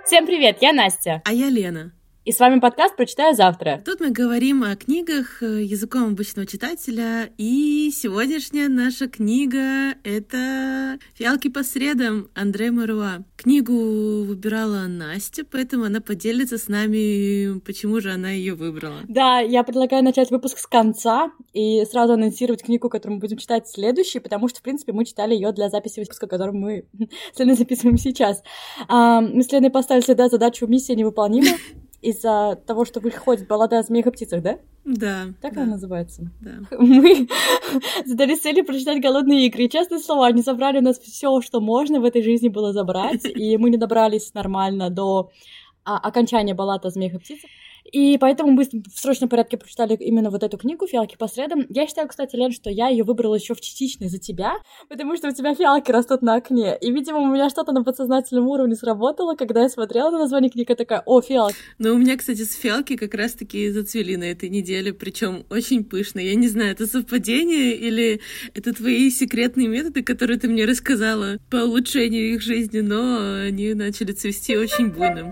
Всем привет, я Настя. А я Лена. И с вами подкаст «Прочитаю завтра». Тут мы говорим о книгах языком обычного читателя. И сегодняшняя наша книга — это «Фиалки по средам» Андре Маруа. Книгу выбирала Настя, поэтому она поделится с нами, почему же она ее выбрала. Да, я предлагаю начать выпуск с конца и сразу анонсировать книгу, которую мы будем читать следующей, потому что, в принципе, мы читали ее для записи выпуска, который мы с Леной записываем сейчас. Мы с Леной поставили всегда задачу «Миссия невыполнима». Из-за того, что выходит баллада о змеях и птицах, да? Да. Так да. она называется? Да. Мы задались целью прочитать «Голодные игры». И, честные слова, они забрали у нас все, что можно в этой жизни было забрать, и мы не добрались нормально до окончания баллады о змеях и птицах. И поэтому мы в срочном порядке прочитали именно вот эту книгу «Фиалки по средам». Я считаю, кстати, Лен, что я ее выбрала еще частично из-за тебя, потому что у тебя фиалки растут на окне. И, видимо, у меня что-то на подсознательном уровне сработало, когда я смотрела на название книги, такая: «О, фиалки». Но у меня, кстати, с фиалки как раз-таки зацвели на этой неделе, причем очень пышно. Я не знаю, это совпадение или это твои секретные методы, которые ты мне рассказала по улучшению их жизни, но они начали цвести очень буйно.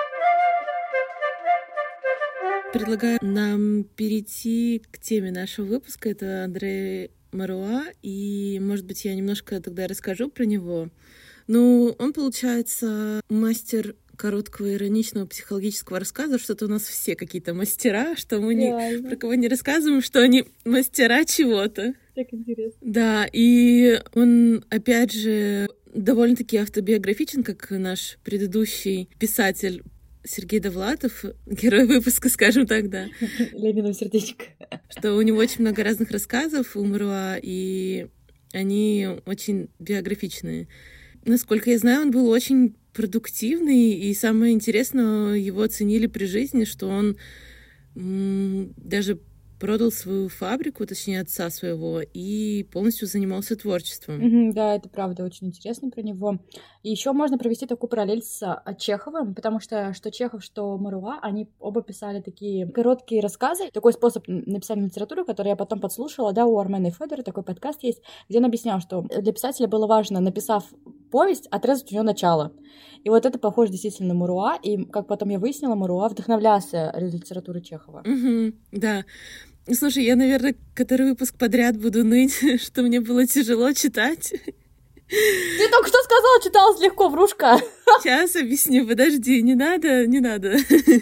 Предлагаю нам перейти к теме нашего выпуска. Это Андре Маруа, и, может быть, я немножко тогда расскажу про него. Ну, он, получается, мастер короткого ироничного психологического рассказа, что-то у нас все какие-то мастера, что мы про кого не рассказываем, что они мастера чего-то. Так интересно. Да, и он, опять же, довольно-таки автобиографичен, как наш предыдущий писатель Сергей Довлатов, герой выпуска, скажем так, да. Ленину сердечко. Что у него очень много разных рассказов у Маруа, и они очень биографичные. Насколько я знаю, он был очень продуктивный, и самое интересное, его оценили при жизни, что он даже продал свою фабрику, точнее, отца своего, и полностью занимался творчеством. Да, это правда очень интересно про него. И еще можно провести такую параллель с Чеховым, потому что Чехов, что Маруа, они оба писали такие короткие рассказы. Такой способ написания литературы, который я потом подслушала, да, у Армена Федора такой подкаст есть, где он объяснял, что для писателя было важно, написав повесть, отрезать у нее начало. И вот это похоже действительно на Маруа, и, как потом я выяснила, Маруа вдохновлялся литературой Чехова. Да. Слушай, я, наверное, который выпуск подряд буду ныть, что мне было тяжело читать. Ты только что сказала, читалось легко, врушка. Сейчас объясню, подожди, не надо.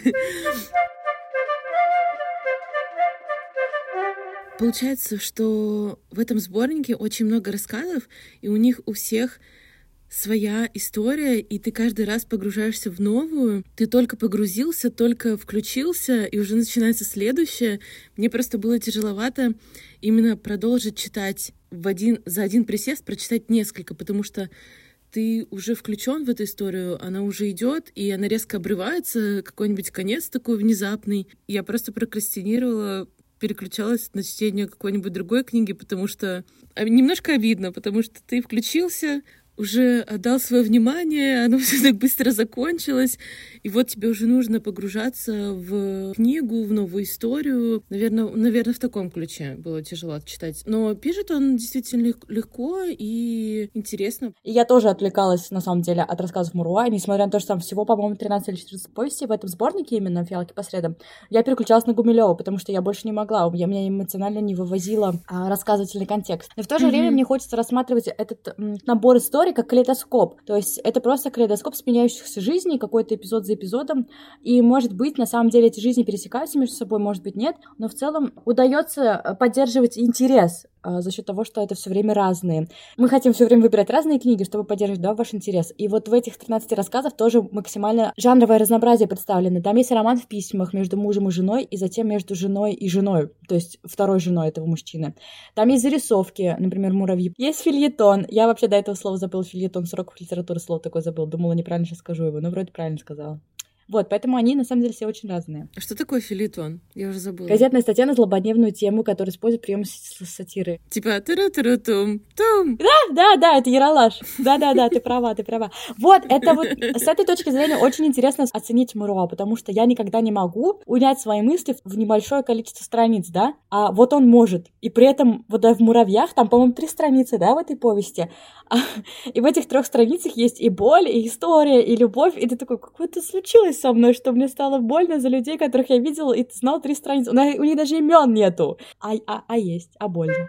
Получается, что в этом сборнике очень много рассказов, и у них у всех своя история, и ты каждый раз погружаешься в новую. Ты только погрузился, только включился, и уже начинается следующее. Мне просто было тяжеловато именно продолжить читать за один присест, прочитать несколько, потому что ты уже включен в эту историю, она уже идет, и она резко обрывается, какой-нибудь конец такой внезапный. Я просто прокрастинировала, переключалась на чтение какой-нибудь другой книги, потому что немножко обидно, потому что ты включился, уже отдал свое внимание, оно все так быстро закончилось, и вот тебе уже нужно погружаться в книгу, в новую историю. Наверное, в таком ключе было тяжело читать. Но пишет он действительно легко и интересно. И я тоже отвлекалась, на самом деле, от рассказов Маруа, несмотря на то, что там всего, по-моему, 13 или 14 повестей в этом сборнике именно «Фиалки по средам», я переключалась на Гумилёва, потому что я больше не могла, меня эмоционально не вывозила рассказывательный контекст. Но в то же время мне хочется рассматривать этот набор историй как калейдоскоп. То есть это просто калейдоскоп сменяющихся жизней, какой-то эпизод за эпизодом. И, может быть, на самом деле эти жизни пересекаются между собой, может быть, нет. Но в целом удается поддерживать интерес за счет того, что это все время разные. Мы хотим все время выбирать разные книги, чтобы поддерживать, да, ваш интерес. И вот в этих 13 рассказах тоже максимально жанровое разнообразие представлено. Там есть роман в письмах между мужем и женой, и затем между женой и женой, то есть второй женой этого мужчины. Там есть зарисовки, например, муравьи. Есть фельетон. Я вообще до этого слова забыла фельетон, с уроков литературы слово такое забыла. Думала, неправильно сейчас скажу его, но вроде правильно сказала. Вот, поэтому они, на самом деле, все очень разные. А что такое филитон? Я уже забыла. Газетная статья на злободневную тему, которая использует приемы сатиры. Типа туру-туру-тум-тум. Да, это яролаж. Да, ты права. Вот, это вот с этой точки зрения очень интересно оценить Муруа, потому что я никогда не могу унять свои мысли в небольшое количество страниц, да, а вот он может. И при этом вот в «Муравьях» там, по-моему, 3 страницы, да, в этой повести. И в этих 3 страницах есть и боль, и история, и любовь, и ты такой, как это случилось со мной, что мне стало больно за людей, которых я видела, и ты знал 3 страницы. У них даже имен нету. Есть, больно.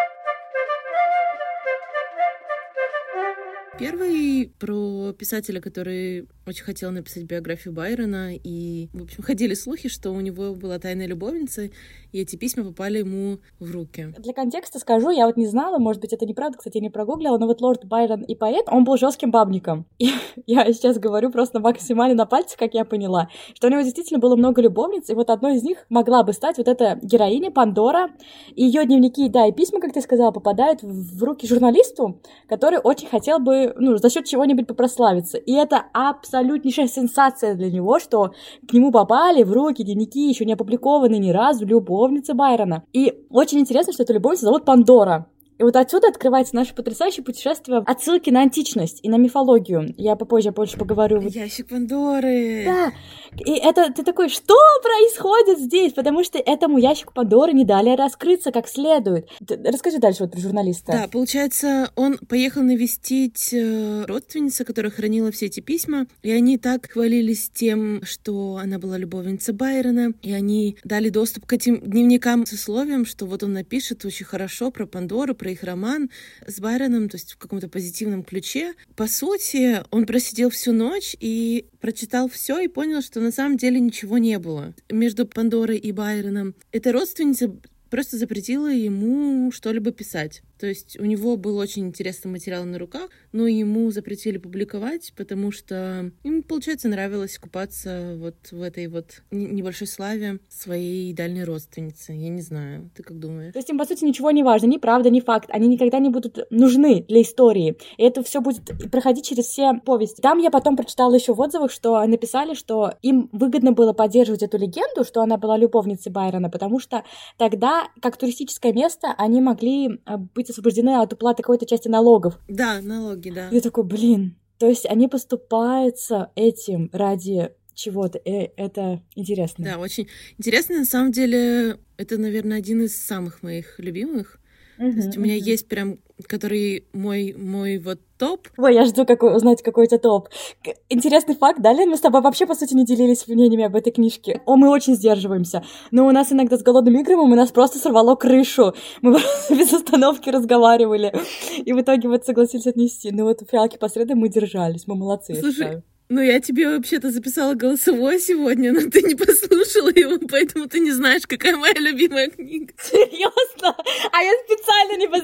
Первый про писателя, который очень хотел написать биографию Байрона, и, в общем, ходили слухи, что у него была тайная любовница, и эти письма попали ему в руки. Для контекста скажу, я вот не знала, может быть, это неправда, кстати, я не прогуглила, но вот лорд Байрон и поэт, он был жестким бабником. И я сейчас говорю просто максимально на пальцах, как я поняла, что у него действительно было много любовниц, и вот одной из них могла бы стать вот эта героиня Пандора, и ее дневники, да, и письма, как ты сказала, попадают в руки журналисту, который очень хотел бы, за счет чего-нибудь попрославиться. И это абсолютнейшая сенсация для него, что к нему попали в руки дневники, еще не опубликованные ни разу, любовницы Байрона. И очень интересно, что эта любовница зовут Пандора. И вот отсюда открывается наше потрясающее путешествие, отсылки на античность и на мифологию. Я попозже больше поговорю. Ящик Пандоры! Да, и это ты такой, что происходит здесь? Потому что этому ящику Пандоры не дали раскрыться как следует. Расскажи дальше вот про журналиста. Да, получается, он поехал навестить родственницу, которая хранила все эти письма, и они так хвалились тем, что она была любовницей Байрона, и они дали доступ к этим дневникам с условием, что вот он напишет очень хорошо про Пандору, про их роман с Байроном, то есть в каком-то позитивном ключе. По сути, он просидел всю ночь и прочитал все и понял, что на самом деле ничего не было между Пандорой и Байроном. Эта родственница просто запретила ему что-либо писать. То есть у него был очень интересный материал на руках, но ему запретили публиковать, потому что ему, получается, нравилось купаться вот в этой вот небольшой славе своей дальней родственницы. Я не знаю, ты как думаешь? То есть им, по сути, ничего не важно, ни правда, ни факт. Они никогда не будут нужны для истории. И это все будет проходить через все повести. Там я потом прочитала еще в отзывах, что написали, что им выгодно было поддерживать эту легенду, что она была любовницей Байрона, потому что тогда, как туристическое место, они могли быть освобождены от уплаты какой-то части налогов. Да, налоги, да. Я такой, то есть они поступаются этим ради чего-то. Это интересно. Да, очень интересно. На самом деле, это, наверное, один из самых моих любимых. То есть у меня есть прям, который мой вот топ. Ой, я жду узнать какой-то топ. Интересный факт, да, Лен? Мы с тобой вообще, по сути, не делились мнениями об этой книжке. Мы очень сдерживаемся. Но у нас иногда с «Голодным игром» у нас просто сорвало крышу. Мы без остановки разговаривали. И в итоге вот согласились отнести. Но вот «Фиалки по средам» мы держались. Мы молодцы, Слушай, я считаю. Ну, я тебе вообще-то записала голосовое сегодня, но ты не послушала его, поэтому ты не знаешь, какая моя любимая книга. Серьезно? А я специально не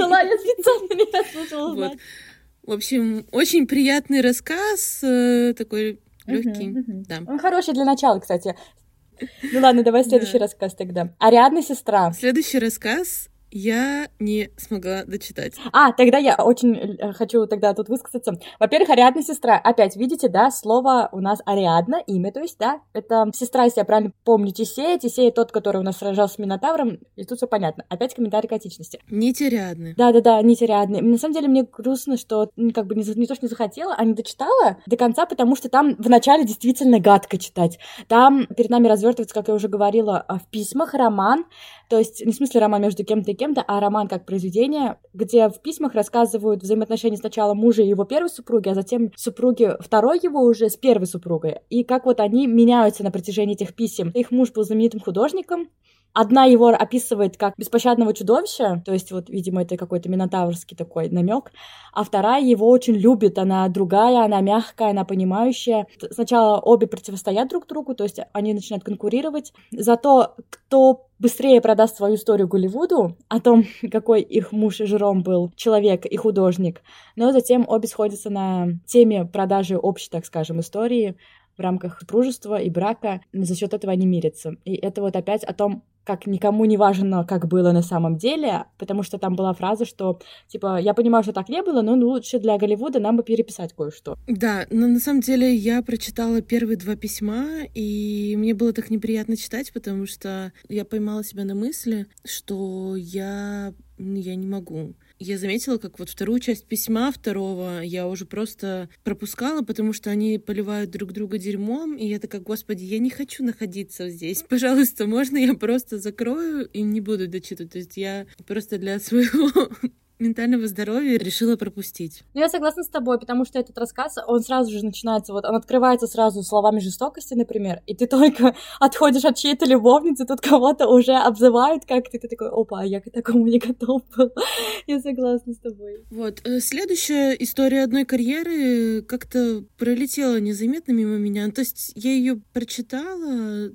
послушала. Вот. В общем, очень приятный рассказ, такой легкий. Да. Он хороший для начала, кстати. Ну ладно, давай следующий рассказ тогда. «Ариадна сестра». Следующий рассказ я не смогла дочитать. Тогда я очень хочу тогда тут высказаться. Во-первых, Ариадна сестра. Опять, видите, да, слово у нас Ариадна, имя, то есть, да, это сестра, если я правильно помню, Тесея. Тесея тот, который у нас сражался с Минотавром, и тут все понятно. Опять комментарий к античности. Нить Ариадны. Да, нить Ариадны. На самом деле мне грустно, что как бы не то, что не захотела, а не дочитала до конца, потому что там вначале действительно гадко читать. Там перед нами развертывается, как я уже говорила, в письмах роман, то есть не в смысле роман между кем-то и кем-то, а роман как произведение, где в письмах рассказывают взаимоотношения сначала мужа и его первой супруги, а затем супруги второй его уже с первой супругой. И как вот они меняются на протяжении этих писем. Их муж был знаменитым художником. Одна его описывает как беспощадного чудовища, то есть вот, видимо, это какой-то минотаврский такой намек, а вторая его очень любит, она другая, она мягкая, она понимающая. Сначала обе противостоят друг другу, то есть они начинают конкурировать за то, кто быстрее продаст свою историю Голливуду о том, какой их муж Жером был человек и художник, но затем обе сходятся на теме продажи общей, так скажем, истории в рамках супружества и брака, за счет этого они мирятся. И это вот опять о том, как никому не важно, как было на самом деле, потому что там была фраза, что, типа, я понимаю, что так не было, но лучше для Голливуда нам бы переписать кое-что. Да, но на самом деле я прочитала первые 2 письма, и мне было так неприятно читать, потому что я поймала себя на мысли, что я не могу. Я заметила, как вот вторую часть письма второго я уже просто пропускала, потому что они поливают друг друга дерьмом, и я такая: господи, я не хочу находиться здесь. Пожалуйста, можно я просто закрою и не буду дочитывать? То есть я просто для своего ментального здоровья решила пропустить. Ну, я согласна с тобой, потому что этот рассказ, он сразу же начинается, вот он открывается сразу словами жестокости, например, и ты только отходишь от чьей-то любовницы, тут кого-то уже обзывают как-то, и ты такой: опа, я к такому не готов был. Я согласна с тобой. Вот. Следующая история одной карьеры как-то пролетела незаметно мимо меня. То есть я ее прочитала,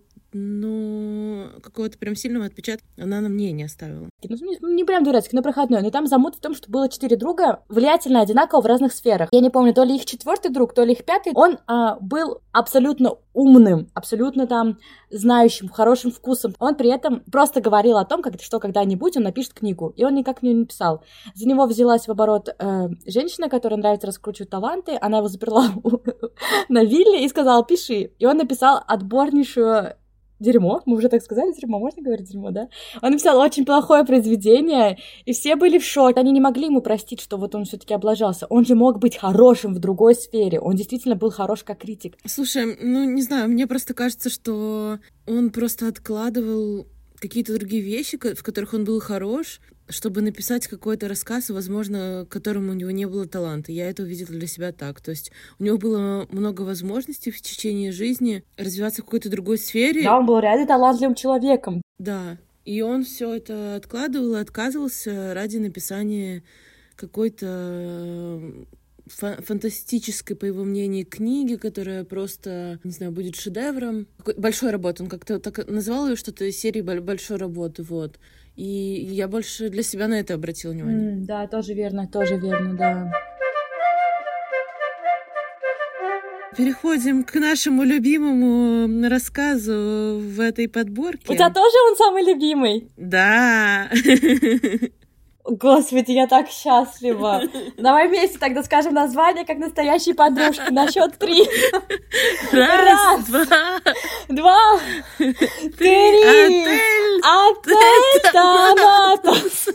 но какого-то прям сильного отпечатка она на мне не оставила. Не прям дурацкий, но проходной. Но там замут в том, что было 4 друга, влиятельно одинаково в разных сферах. Я не помню, то ли их 4-й друг, то ли их 5-й. Он был абсолютно умным, абсолютно там знающим, хорошим вкусом. Он при этом просто говорил о том, что когда-нибудь он напишет книгу. И он никак не написал. За него взялась в оборот женщина, которой нравится раскручивать таланты. Она его заперла на вилле и сказала: пиши. И он написал отборнейшую дерьмо, мы уже так сказали, дерьмо, можно говорить дерьмо, да? Он написал очень плохое произведение, и все были в шоке. Они не могли ему простить, что вот он все-таки облажался. Он же мог быть хорошим в другой сфере. Он действительно был хорош как критик. Слушай, ну не знаю, мне просто кажется, что он просто откладывал какие-то другие вещи, в которых он был хорош, чтобы написать какой-то рассказ, возможно, к которому у него не было таланта. Я это увидела для себя так. То есть у него было много возможностей в течение жизни развиваться в какой-то другой сфере. Да, он был реально талантливым человеком. Да, и он все это откладывал и отказывался ради написания какой-то фантастической, по его мнению, книги, которая просто, не знаю, будет шедевром. Большой работы. Он как-то так назвал ее что-то из серии большой работы, вот. И я больше для себя на это обратила внимание. Да, тоже верно, да. Переходим к нашему любимому рассказу в этой подборке. У тебя тоже он самый любимый? Да. Господи, я так счастлива. Давай вместе тогда скажем название, как настоящие подружки. На счет 3. Раз, два, 3. Отель Танатос.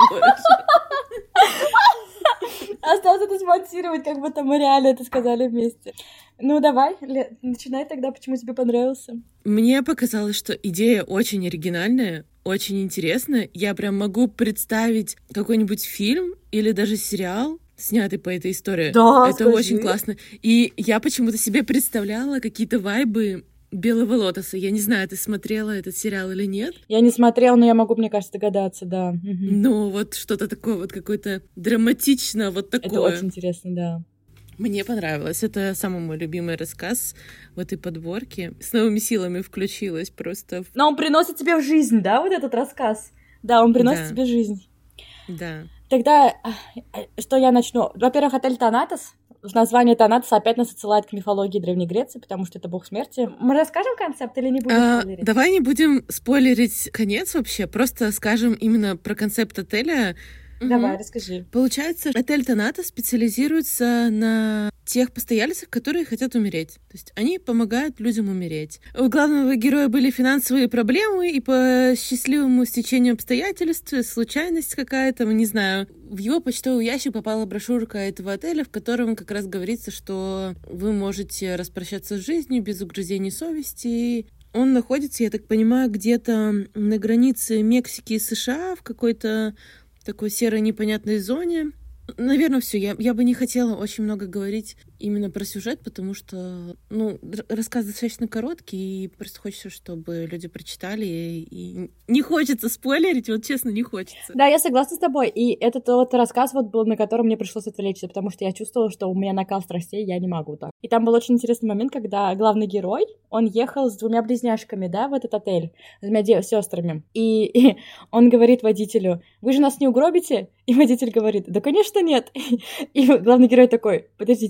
Осталось это смонтировать, как будто мы реально это сказали вместе. Ну, давай, начинай тогда, почему тебе понравился. Мне показалось, что идея очень оригинальная, очень интересная. Я прям могу представить какой-нибудь фильм или даже сериал, снятый по этой истории. Да, это скажи. очень классно. И я почему-то себе представляла какие-то вайбы «Белого лотоса». Я не знаю, ты смотрела этот сериал или нет? Я не смотрела, но я могу, мне кажется, догадаться, да. Ну, вот что-то такое, вот какое-то драматично, вот такое. Это очень интересно, да. Мне понравилось. Это самый мой любимый рассказ в этой подборке. С новыми силами включилась просто. Но он приносит тебе в жизнь, да, вот этот рассказ? Да, он приносит тебе жизнь. Да. Тогда что я начну? Во-первых, отель Танатос. Название Танатоса опять нас отсылает к мифологии Древней Греции, потому что это бог смерти. Мы расскажем концепт или не будем спойлерить? Давай не будем спойлерить конец вообще, просто скажем именно про концепт отеля. Давай, расскажи. Получается, отель Танатос специализируется на тех постояльцах, которые хотят умереть. То есть они помогают людям умереть. У главного героя были финансовые проблемы, и по счастливому стечению обстоятельств, случайность какая-то, не знаю, в его почтовый ящик попала брошюрка этого отеля, в котором как раз говорится, что вы можете распрощаться с жизнью без угрызений совести. Он находится, я так понимаю, где-то на границе Мексики и США, в какой-то такой серой непонятной зоне. Наверное, все. Я бы не хотела очень много говорить именно про сюжет, потому что, рассказ достаточно короткий, и просто хочется, чтобы люди прочитали, и не хочется спойлерить, вот честно, не хочется. Да, я согласна с тобой, и этот вот рассказ вот был, на котором мне пришлось отвлечься, потому что я чувствовала, что у меня накал страстей, я не могу так. И там был очень интересный момент, когда главный герой, он ехал с 2 близняшками, да, в этот отель, с 2 сестрами, и он говорит водителю: вы же нас не угробите? И водитель говорит: да, конечно, нет. И главный герой такой: подождите, но я же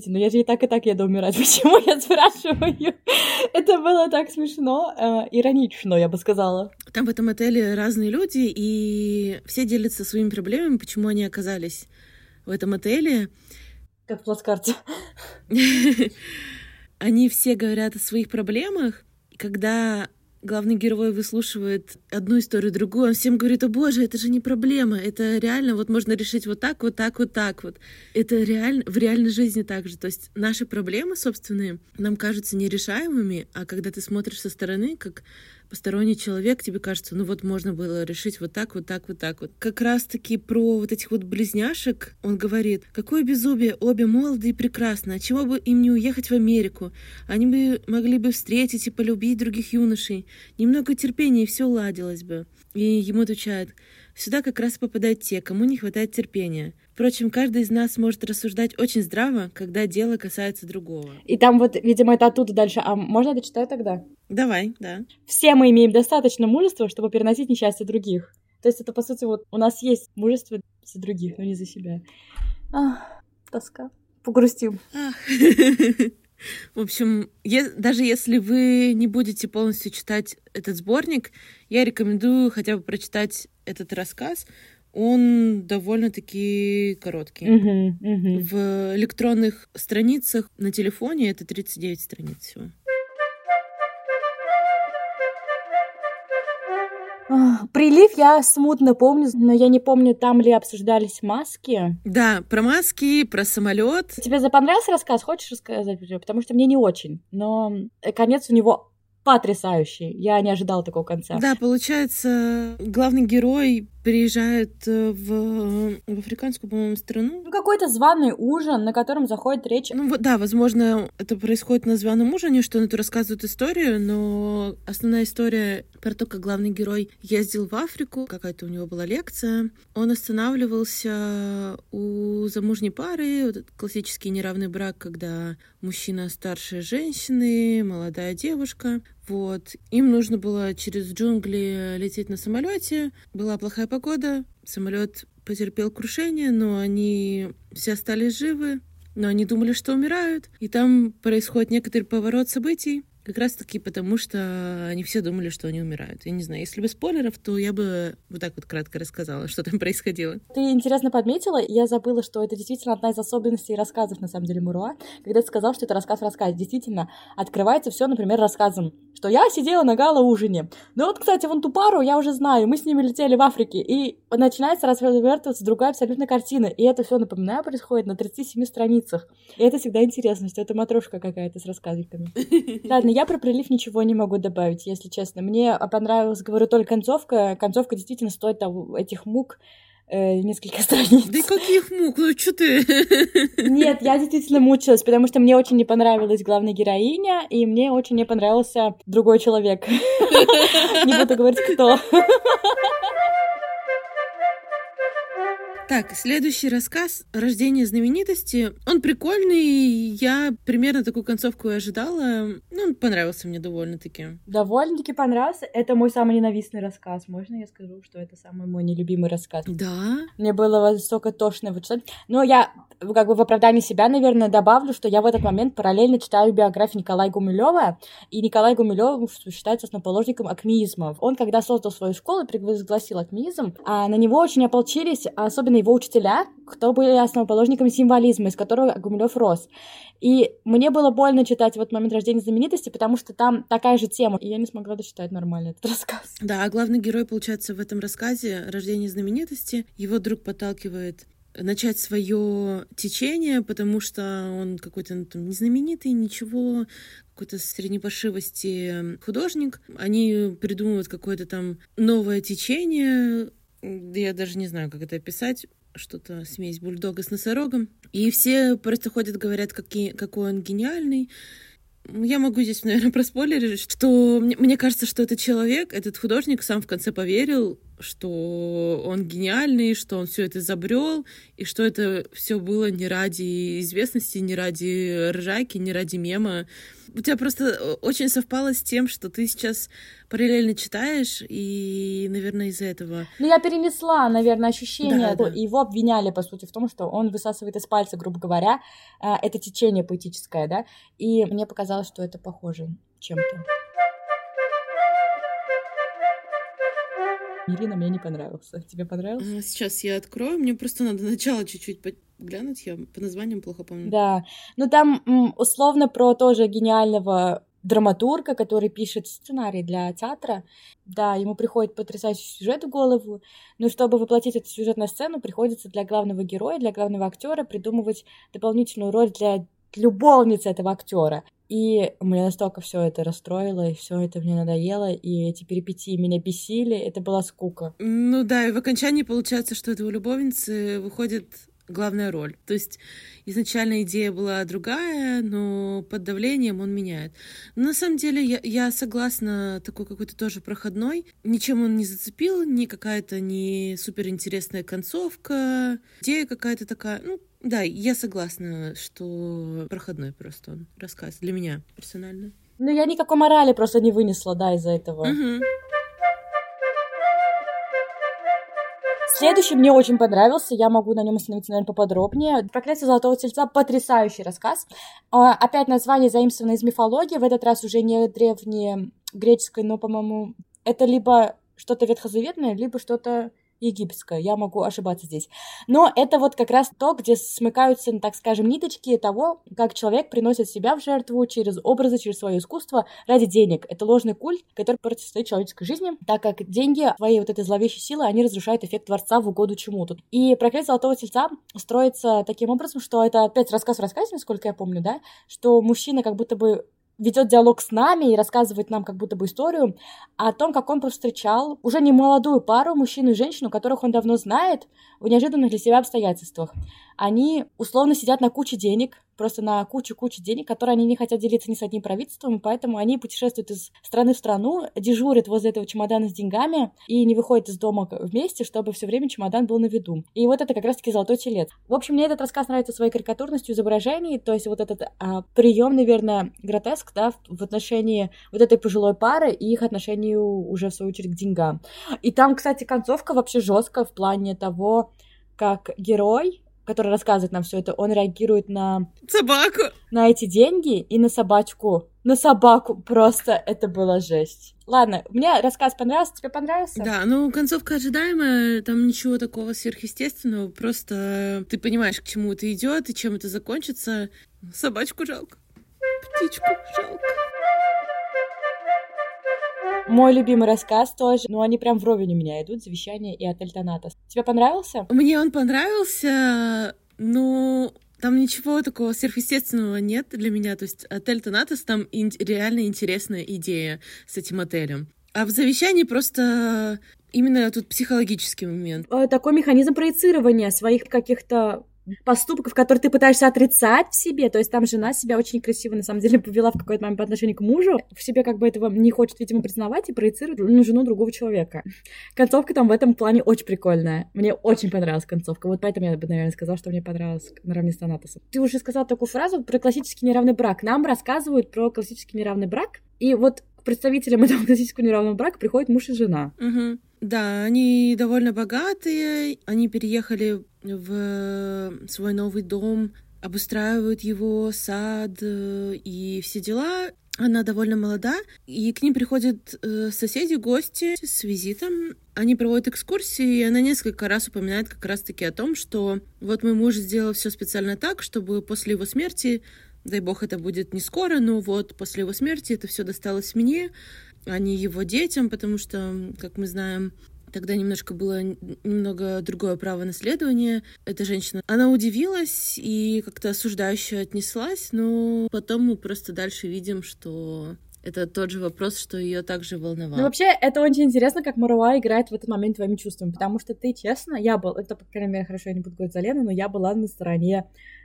и так еду умирать. Почему я спрашиваю? Это было так смешно, иронично, я бы сказала. Там в этом отеле разные люди, и все делятся своими проблемами, почему они оказались в этом отеле. Как в плацкарте. Они все говорят о своих проблемах, и когда главный герой выслушивает одну историю, другую, он всем говорит: о боже, это же не проблема, это реально вот можно решить вот так, вот так, вот так вот. Это реально, в реальной жизни так же. То есть наши проблемы собственные нам кажутся нерешаемыми, а когда ты смотришь со стороны, как посторонний человек, тебе кажется, ну вот можно было решить вот так, вот так, вот так вот. Как раз-таки про вот этих вот близняшек он говорит: какое безумие, обе молоды и прекрасны, отчего бы им не уехать в Америку? Они бы могли бы встретить и полюбить других юношей. Немного терпения, и все уладилось бы. И ему отвечают: сюда как раз попадают те, кому не хватает терпения. Впрочем, каждый из нас может рассуждать очень здраво, когда дело касается другого. И там вот, видимо, это оттуда дальше. А можно я дочитаю тогда? Давай, да. Все мы имеем достаточно мужества, чтобы переносить несчастье других. То есть это, по сути, вот у нас есть мужество за других, но не за себя. Тоска. Погрустим. В общем, даже если вы не будете полностью читать этот сборник, я рекомендую хотя бы прочитать этот рассказ. Он довольно-таки короткий. В электронных страницах на телефоне это 39 страниц всего. Прилив я смутно помню, но я не помню, там ли обсуждались маски. Да, про маски, про самолет. Тебе понравился рассказ? Хочешь рассказать? Потому что мне не очень. Но конец у него потрясающий. Я не ожидала такого конца. Да, получается, главный герой приезжает в африканскую, по-моему, страну. Какой-то званый ужин, на котором заходит речь. Ну вот, да, возможно, это происходит на званом ужине, что он эту рассказывает историю, но основная история про то, как главный герой ездил в Африку, какая-то у него была лекция. Он останавливался у замужней пары, вот этот классический неравный брак, когда мужчина старше женщины, молодая девушка. Вот. Им нужно было через джунгли лететь на самолете. Была плохая погода, самолет потерпел крушение, но они все остались живы, но они думали, что умирают. И там происходит некоторый поворот событий, как раз-таки потому, что они все думали, что они умирают. Я не знаю, если без спойлеров, то я бы вот так вот кратко рассказала, что там происходило. Ты интересно подметила, я забыла, что это действительно одна из особенностей рассказов, на самом деле, Муруа, когда ты сказал, что это рассказ в рассказе. Действительно, открывается все, например, рассказом, что я сидела на гала-ужине. Ну вот, кстати, вон ту пару я уже знаю, мы с ними летели в Африке, и начинается развертываться другая абсолютно картина, и это все, напоминаю, происходит на 37 страницах. И это всегда интересно, что это матрешка какая-то с рассказиками. Ладно, я про прилив ничего не могу добавить, если честно. Мне понравилась, говорю, только концовка. Концовка действительно стоит этих мук несколько страниц. Да и каких мук? Ну что ты? Нет, я действительно мучилась, потому что мне очень не понравилась главная героиня, и мне очень не понравился другой человек. Не буду говорить, кто. Так, следующий рассказ «Рождение знаменитости». Он прикольный, я примерно такую концовку и ожидала. Ну, он понравился мне довольно-таки. Довольно-таки понравился. Это мой самый ненавистный рассказ. Можно я скажу, что это самый мой нелюбимый рассказ? Да? Мне было столько тошно его читать. Но я, как бы в оправдании себя, наверное, добавлю, что я в этот момент параллельно читаю биографию Николая Гумилёва, и Николай Гумилёв считается основоположником акмеизма. Он, когда создал свою школу и провозгласил акмеизм, на него очень ополчились, особенно его учителя, кто были основоположниками символизма, из которого Гумилёв рос. И мне было больно читать вот момент рождения знаменитости, потому что там такая же тема, и я не смогла дочитать нормально этот рассказ. Да, а главный герой, получается, в этом рассказе «Рождение знаменитости», его друг подталкивает начать свое течение, потому что он какой-то там незнаменитый, ничего, какой-то среднепошивости художник. Они придумывают какое-то там новое течение, я даже не знаю, как это описать, что-то смесь бульдога с носорогом. И все просто ходят, говорят, какой он гениальный. Я могу здесь, наверное, проспойлерить, что мне кажется, что этот человек, этот художник сам в конце поверил, что он гениальный, что он все это изобрел, и что это все было не ради известности, не ради ржаки, не ради мема. У тебя просто очень совпало с тем, что ты сейчас параллельно читаешь, и, наверное, из-за этого... Ну, я перенесла, наверное, ощущение. Да. Его обвиняли, по сути, в том, что он высасывает из пальца, грубо говоря, это течение поэтическое, да, и мне показалось, что это похоже чем-то. Ирина, мне не понравился. Тебе понравился? Сейчас я открою. Мне просто надо начало чуть-чуть глянуть. Я по названиям плохо помню. Да. Ну, там условно про тоже гениального драматурга, который пишет сценарий для театра. Да, ему приходит потрясающий сюжет в голову, но чтобы воплотить этот сюжет на сцену, приходится для главного героя, для главного актера придумывать дополнительную роль для любовницы этого актера. И меня настолько все это расстроило, и все это мне надоело, и эти перипетии меня бесили, это была скука. Ну да, и в окончании получается, что это у любовницы выходит главная роль. То есть изначально идея была другая, но под давлением он меняет. Но на самом деле я согласна, такой какой-то тоже проходной. Ничем он не зацепил, ни какая-то не суперинтересная концовка, идея какая-то такая, ну, да, я согласна, что проходной просто он рассказ для меня персонально. Ну, я никакой морали просто не вынесла, да, из-за этого. Угу. Следующий мне очень понравился, я могу на нем остановиться, наверное, поподробнее. «Проклятие Золотого Тельца» — потрясающий рассказ. Опять название заимствовано из мифологии, в этот раз уже не древнегреческой, но, по-моему, это либо что-то ветхозаветное, либо что-то египетское, я могу ошибаться здесь. Но это вот как раз то, где смыкаются, так скажем, ниточки того, как человек приносит себя в жертву через образы, через свое искусство ради денег. Это ложный культ, который противостоит человеческой жизни, так как деньги, своей вот этой зловещей силой, они разрушают эффект Творца в угоду чему-то. И «Проклятие Золотого Тельца» строится таким образом, что это опять рассказ в рассказе, насколько я помню, да, что мужчина как будто бы ведет диалог с нами и рассказывает нам как будто бы историю о том, как он повстречал уже не молодую пару, мужчину и женщину, которых он давно знает, в неожиданных для себя обстоятельствах. Они условно сидят на куче денег, просто на кучу денег, которые они не хотят делиться ни с одним правительством, и поэтому они путешествуют из страны в страну, дежурят возле этого чемодана с деньгами и не выходят из дома вместе, чтобы все время чемодан был на виду. И вот это как раз-таки «Золотой телец». В общем, мне этот рассказ нравится своей карикатурностью изображений, то есть вот этот прием, наверное, гротеск, да, в отношении вот этой пожилой пары и их отношению уже, в свою очередь, к деньгам. И там, кстати, концовка вообще жесткая в плане того, как герой, который рассказывает нам все это, он реагирует на собаку, на эти деньги и на собачку. На собаку просто это была жесть. Ладно, мне рассказ понравился, тебе понравился? Да, ну концовка ожидаемая, там ничего такого сверхъестественного, просто ты понимаешь, к чему это идет и чем это закончится. Собачку жалко, птичку жалко. Мой любимый рассказ тоже, но они прям вровень у меня идут, «Завещание» и «Отель Танатос». Тебе понравился? Мне он понравился, но там ничего такого сверхъестественного нет для меня. То есть «Отель Танатос» там реально интересная идея с этим отелем. А в «Завещании» просто именно тут психологический момент. Такой механизм проецирования своих каких-то поступков, которые ты пытаешься отрицать в себе, то есть там жена себя очень красиво, на самом деле, повела в какой-то момент по отношению к мужу, в себе как бы этого не хочет, видимо, признавать и проецирует на жену другого человека. Концовка там в этом плане очень прикольная. Мне очень понравилась концовка, вот поэтому я бы, наверное, сказала, что мне понравилось наравне с Танатосом. Ты уже сказала такую фразу про классический неравный брак. Нам рассказывают про классический неравный брак, и вот к представителям этого классического неравного брака приходят муж и жена. Угу. Да, они довольно богатые, они переехали в свой новый дом, обустраивают его, сад и все дела. Она довольно молода, и к ним приходят соседи, гости с визитом. Они проводят экскурсии, и она несколько раз упоминает как раз-таки о том, что вот мой муж сделал все специально так, чтобы после его смерти, дай бог это будет не скоро, но вот после его смерти это все досталось мне, а не его детям, потому что, как мы знаем, тогда немножко было немного другое право наследования. Эта женщина, она удивилась и как-то осуждающе отнеслась, но потом мы просто дальше видим, что это тот же вопрос, что ее также волновал. Ну, вообще, это очень интересно, как Маруа играет в этот момент твоими чувствами, потому что ты, честно, это, по крайней мере, хорошо, я не буду говорить за Лену, но я была на стороне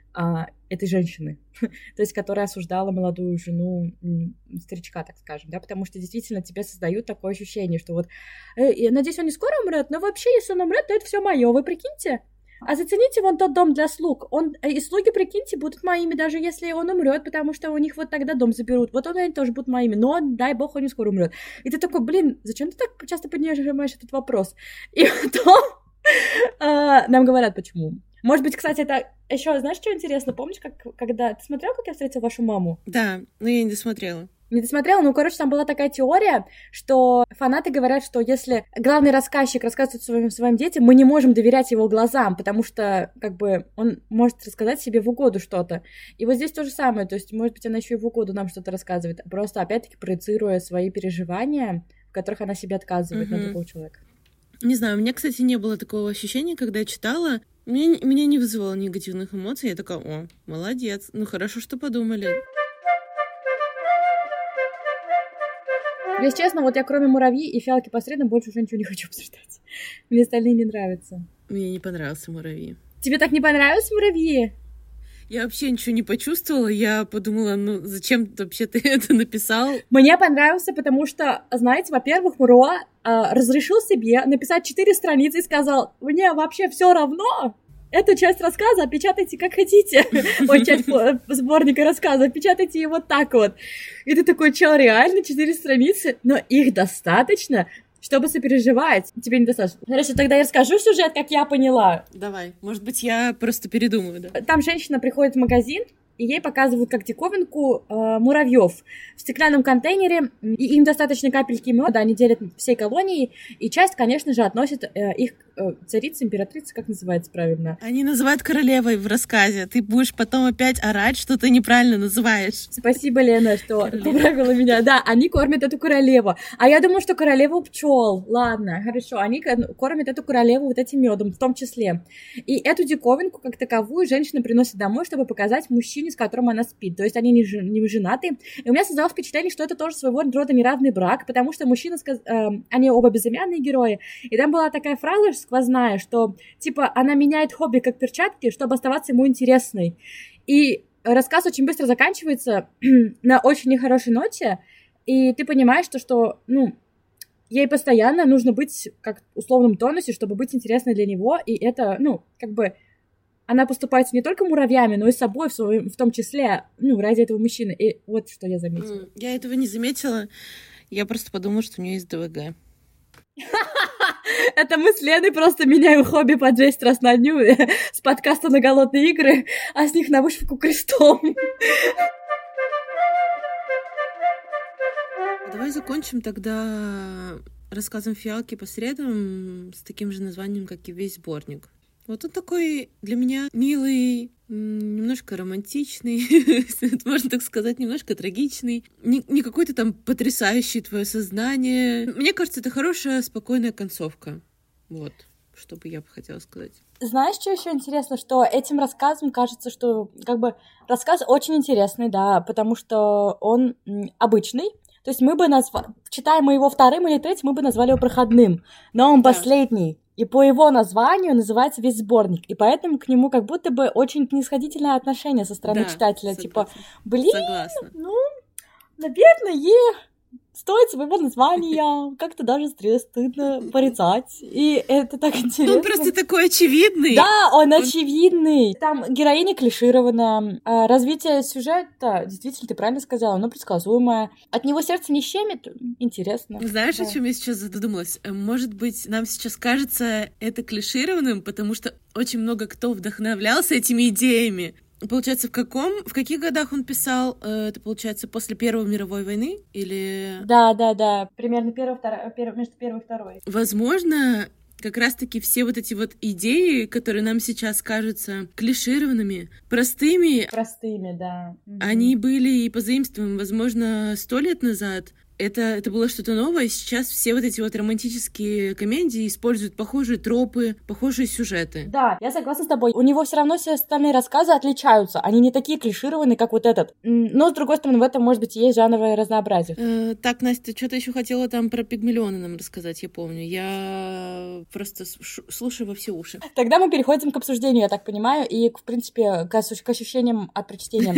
этой женщины, то есть которая осуждала молодую жену старичка, так скажем, да, потому что действительно тебе создают такое ощущение, что вот, я надеюсь, он не скоро умрет, но вообще, если он умрет, то это все мое, вы прикиньте. А зацените вон тот дом для слуг. И слуги, прикиньте, будут моими, даже если он умрет, потому что у них вот тогда дом заберут. Вот они тоже будут моими, но дай бог, он не скоро умрет. И ты такой, блин, зачем ты так часто поднимаешь этот вопрос? И потом нам говорят, почему. Может быть, кстати, это еще, знаешь, что интересно? Помнишь, когда ты смотрел, как я встретила вашу маму? Да, но я не досмотрела. Не досмотрела, ну, короче, там была такая теория, что фанаты говорят, что если главный рассказчик рассказывает своим детям, мы не можем доверять его глазам, потому что, как бы, он может рассказать себе в угоду что-то. И вот здесь то же самое, то есть, может быть, она еще и в угоду нам что-то рассказывает, просто, опять-таки, проецируя свои переживания, в которых она себе отказывает на другого человека. Не знаю, у меня, кстати, не было такого ощущения, когда я читала, меня не вызывало негативных эмоций, я такая, о, молодец, ну хорошо, что подумали. Если честно, вот я кроме муравьи и фиалки по средам больше уже ничего не хочу обсуждать. Мне остальные не нравятся. Мне не понравился муравьи. Тебе так не понравились муравьи? Я вообще ничего не почувствовала, я подумала, ну зачем вообще ты это написал? Мне понравился, потому что, знаете, во-первых, Муруа разрешил себе написать 4 страницы и сказал, мне вообще все равно, эту часть рассказа печатайте как хотите. Ой, часть сборника рассказов, печатайте его так вот. И ты такой, чел, реально 4 страницы, но их достаточно, чтобы сопереживать. Тебе недостаточно. Хорошо, тогда я расскажу сюжет, как я поняла. Давай, может быть, я просто передумаю, да? Там женщина приходит в магазин, и ей показывают как диковинку муравьев в стеклянном контейнере, и им достаточно капельки меда, они делят всей колонией, и часть, конечно же, относит их царица, императрица, как называется правильно? Они называют королевой в рассказе. Ты будешь потом опять орать, что ты неправильно называешь. Спасибо, Лена, что поправила меня. Да, они кормят эту королеву. А я думала, что королева пчел. Ладно, хорошо. Они кормят эту королеву вот этим медом, в том числе. И эту диковинку, как таковую, женщина приносит домой, чтобы показать мужчине, с которым она спит. То есть они не женаты. И у меня создалось впечатление, что это тоже своего рода неравный брак, потому что мужчина, они оба безымянные герои. И там была такая фраза сквозная, что, типа, она меняет хобби как перчатки, чтобы оставаться ему интересной. И рассказ очень быстро заканчивается на очень нехорошей ноте, и ты понимаешь, что ей постоянно нужно быть как в условном тонусе, чтобы быть интересной для него, и это, она поступает не только муравьями, но и собой в том числе, ради этого мужчины. И вот что я заметила. Я этого не заметила, я просто подумала, что у нее есть ДВГ. Это мы с Леной просто меняем хобби по 200 раз на дню с подкаста на голодные игры, а с них на вышивку крестом. Давай закончим тогда рассказом «Фиалки по средам» с таким же названием, как и весь сборник. Вот он такой для меня милый, немножко романтичный, можно так сказать, немножко трагичный. Не какой-то там потрясающий твое сознание. Мне кажется, это хорошая, спокойная концовка. Вот, что бы я хотела сказать. Знаешь, что еще интересно? Что этим рассказом кажется, что рассказ очень интересный, да, потому что он обычный. То есть мы бы читая мы его вторым или третьим, мы бы назвали его проходным. Но он последний. И по его названию называется весь сборник. И поэтому к нему как будто бы очень снисходительное отношение со стороны читателя. Согласна. Типа, блин, Согласна. наверное, стоит своего названия. Как-то даже стыдно порицать. И это так интересно. Он просто такой очевидный. Да, он очевидный. Там героиня клишированная. Развитие сюжета, действительно, ты правильно сказала, оно предсказуемое. От него сердце не щемит. Интересно. Знаешь, о чем я сейчас задумалась? Может быть, нам сейчас кажется это клишированным, потому что очень много кто вдохновлялся этими идеями. Получается, в каких годах он писал? Это, получается, после Первой мировой войны? Или... Да. Примерно между первой и второй. Возможно, как раз-таки все вот эти вот идеи, которые нам сейчас кажутся клишированными, простыми, да. Они были и позаимствованы, возможно, 100 лет назад. это было что-то новое. Сейчас все вот эти вот романтические комедии используют похожие тропы, похожие сюжеты. Да, я согласна с тобой. У него все равно все остальные рассказы отличаются. Они не такие клишированные, как вот этот. Но, с другой стороны, в этом, может быть, есть жанровое разнообразие. Так, Настя, ты что-то еще хотела там про Пигмалиона нам рассказать, я помню. Я просто слушаю во все уши. Тогда мы переходим к обсуждению, я так понимаю, и, в принципе, к ощущениям от прочтения.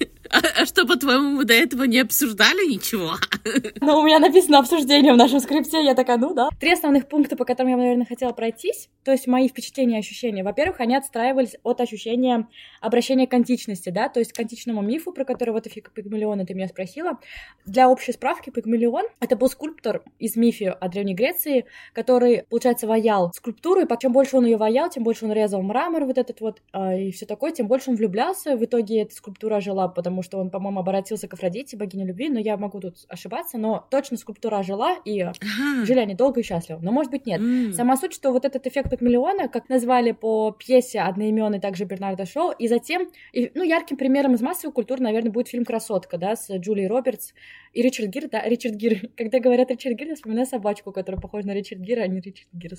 А что, по-твоему, мы до этого не обсуждали ничего? Ну, у меня написано обсуждение в нашем скрипте, я такая, ну да. 3 основных пункта, по которым я, наверное, хотела пройтись, то есть мои впечатления и ощущения. Во-первых, они отстраивались от ощущения обращения к античности, да, то есть к античному мифу, про который вот Пигмалиона ты меня спросила. Для общей справки, Пигмалион — это был скульптор из мифа о Древней Греции, который, получается, ваял скульптуру, и чем больше он ее ваял, тем больше он резал мрамор вот этот вот, и все такое, тем больше он влюблялся. В итоге эта скульптура ожила, потому что он, по-моему, обратился к Афродите, богине любви, но я могу тут ошибаться, но точно скульптура ожила, и жили они долго и счастливо. Но, может быть, нет. Сама суть, что вот этот эффект Пигмалиона, как назвали по пьесе одноименной также Бернарда Шоу, и затем, ярким примером из массовой культуры, наверное, будет фильм «Красотка», да, с Джулией Робертс и Ричард Гир, да, Ричард Гир. Когда говорят Ричард Гир, я вспоминаю собачку, которая похожа на Ричард Гира, а не Ричард Гира.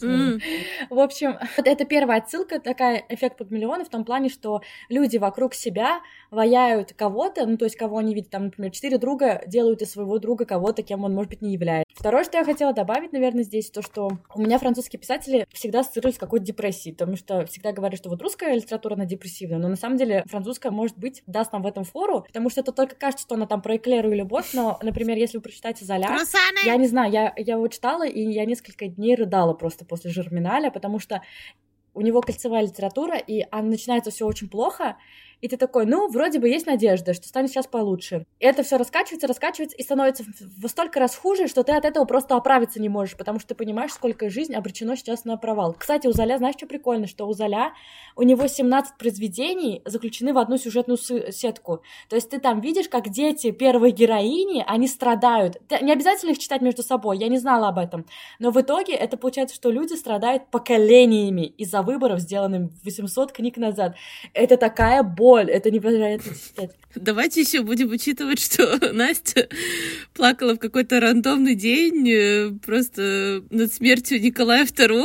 В общем, вот это первая отсылка, такая эффект Пигмалиона в том плане, что люди вокруг себя ваяют кого-то, ну, то есть кого они видят, там, например, 4 друга делают из своего друга кого-то, кем он, может быть, не является. Второе, что я хотела добавить, наверное, здесь, то, что у меня французские писатели всегда ассоциируются с какой-то депрессией, потому что всегда говорят, что вот русская литература, она депрессивная, но на самом деле французская, может быть, даст нам в этом фору, потому что это только кажется, что она там про эклеру и любовь, но, например, если вы прочитаете Золя, я не знаю, я его читала, и я несколько дней рыдала просто после Жерминаля, потому что у него кольцевая литература, и начинается все очень плохо, и ты такой, ну, вроде бы есть надежда, что станет сейчас получше. И это все раскачивается, и становится во столько раз хуже, что ты от этого просто оправиться не можешь, потому что ты понимаешь, сколько жизнь обречено сейчас на провал. Кстати, у Золя, знаешь, что прикольно? Что у Золя, у него 17 произведений заключены в одну сюжетную сетку. То есть ты там видишь, как дети первой героини, они страдают. Не обязательно их читать между собой, я не знала об этом. Но в итоге это получается, что люди страдают поколениями из-за выборов, сделанных 800 книг назад. Это такая боль. Это невероятно читать. Давайте еще будем учитывать, что Настя плакала в какой-то рандомный день просто над смертью Николая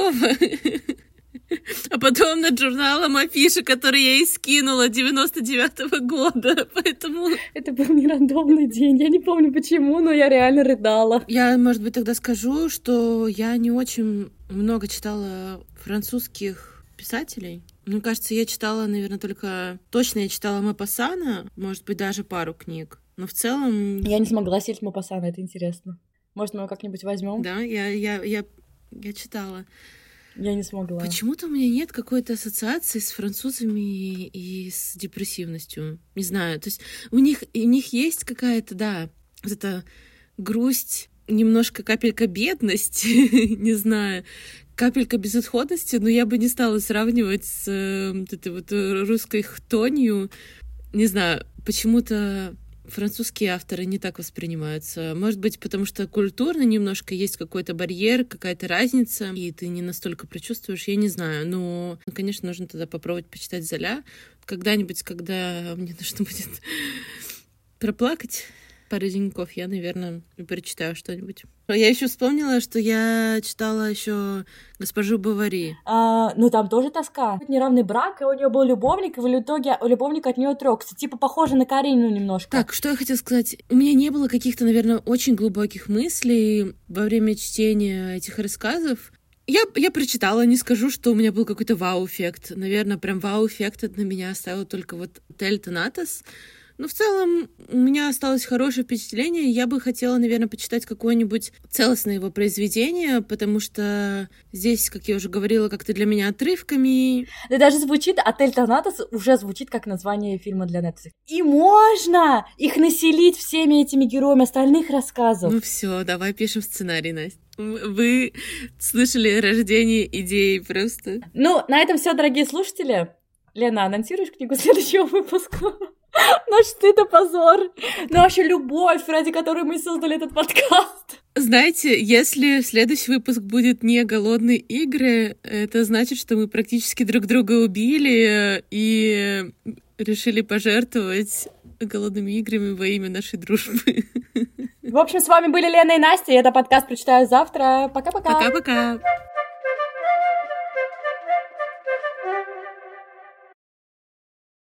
II, а потом над журналом «Афиша», который я ей скинула 99-го года, поэтому... Это был не рандомный день, я не помню почему, но я реально рыдала. Я, может быть, тогда скажу, что я не очень много читала французских писателей. Мне кажется, я читала, наверное, Точно я читала Мопассана, может быть, даже пару книг. Но в целом... Я не смогла сесть Мопассана, это интересно. Может, мы его как-нибудь возьмем? Да, я читала. Я не смогла. Почему-то у меня нет какой-то ассоциации с французами и с депрессивностью. Не знаю, то есть у них есть какая-то, да, вот эта грусть, немножко капелька бедности, не знаю, капелька безысходности, но я бы не стала сравнивать с этой вот русской хтонью. Не знаю, почему-то французские авторы не так воспринимаются. Может быть, потому что культурно немножко есть какой-то барьер, какая-то разница, и ты не настолько прочувствуешь, я не знаю. Но, конечно, нужно тогда попробовать почитать Золя. Когда-нибудь, когда мне нужно будет проплакать пару деньков, я, наверное, прочитаю что-нибудь. Я еще вспомнила, что я читала еще «Госпожу Бовари». Ну, там тоже тоска. Неравный брак, и у нее был любовник, и в итоге любовник от нее отрекся. Типа похоже на Каренину немножко. Так, что я хотела сказать? У меня не было каких-то, наверное, очень глубоких мыслей во время чтения этих рассказов. Я прочитала, не скажу, что у меня был какой-то вау-эффект. Наверное, прям вау-эффект на меня оставил только вот «Отель Танатос». Но в целом у меня осталось хорошее впечатление. Я бы хотела, наверное, почитать какое-нибудь целостное его произведение, потому что здесь, как я уже говорила, как-то для меня отрывками. Да даже звучит «Отель Танатос» уже звучит как название фильма для Netflix. И можно их населить всеми этими героями остальных рассказов. Ну все, давай пишем сценарий, Настя. Вы слышали рождение идеи просто. Ну, на этом все, дорогие слушатели. Лена, анонсируешь книгу следующего выпуска? Наш стыд и позор. Наша любовь, ради которой мы создали этот подкаст. Знаете, если следующий выпуск будет не «Голодные игры», это значит, что мы практически друг друга убили и решили пожертвовать голодными играми во имя нашей дружбы. В общем, с вами были Лена и Настя, и это подкаст «Прочитаю завтра». Пока-пока. Пока-пока.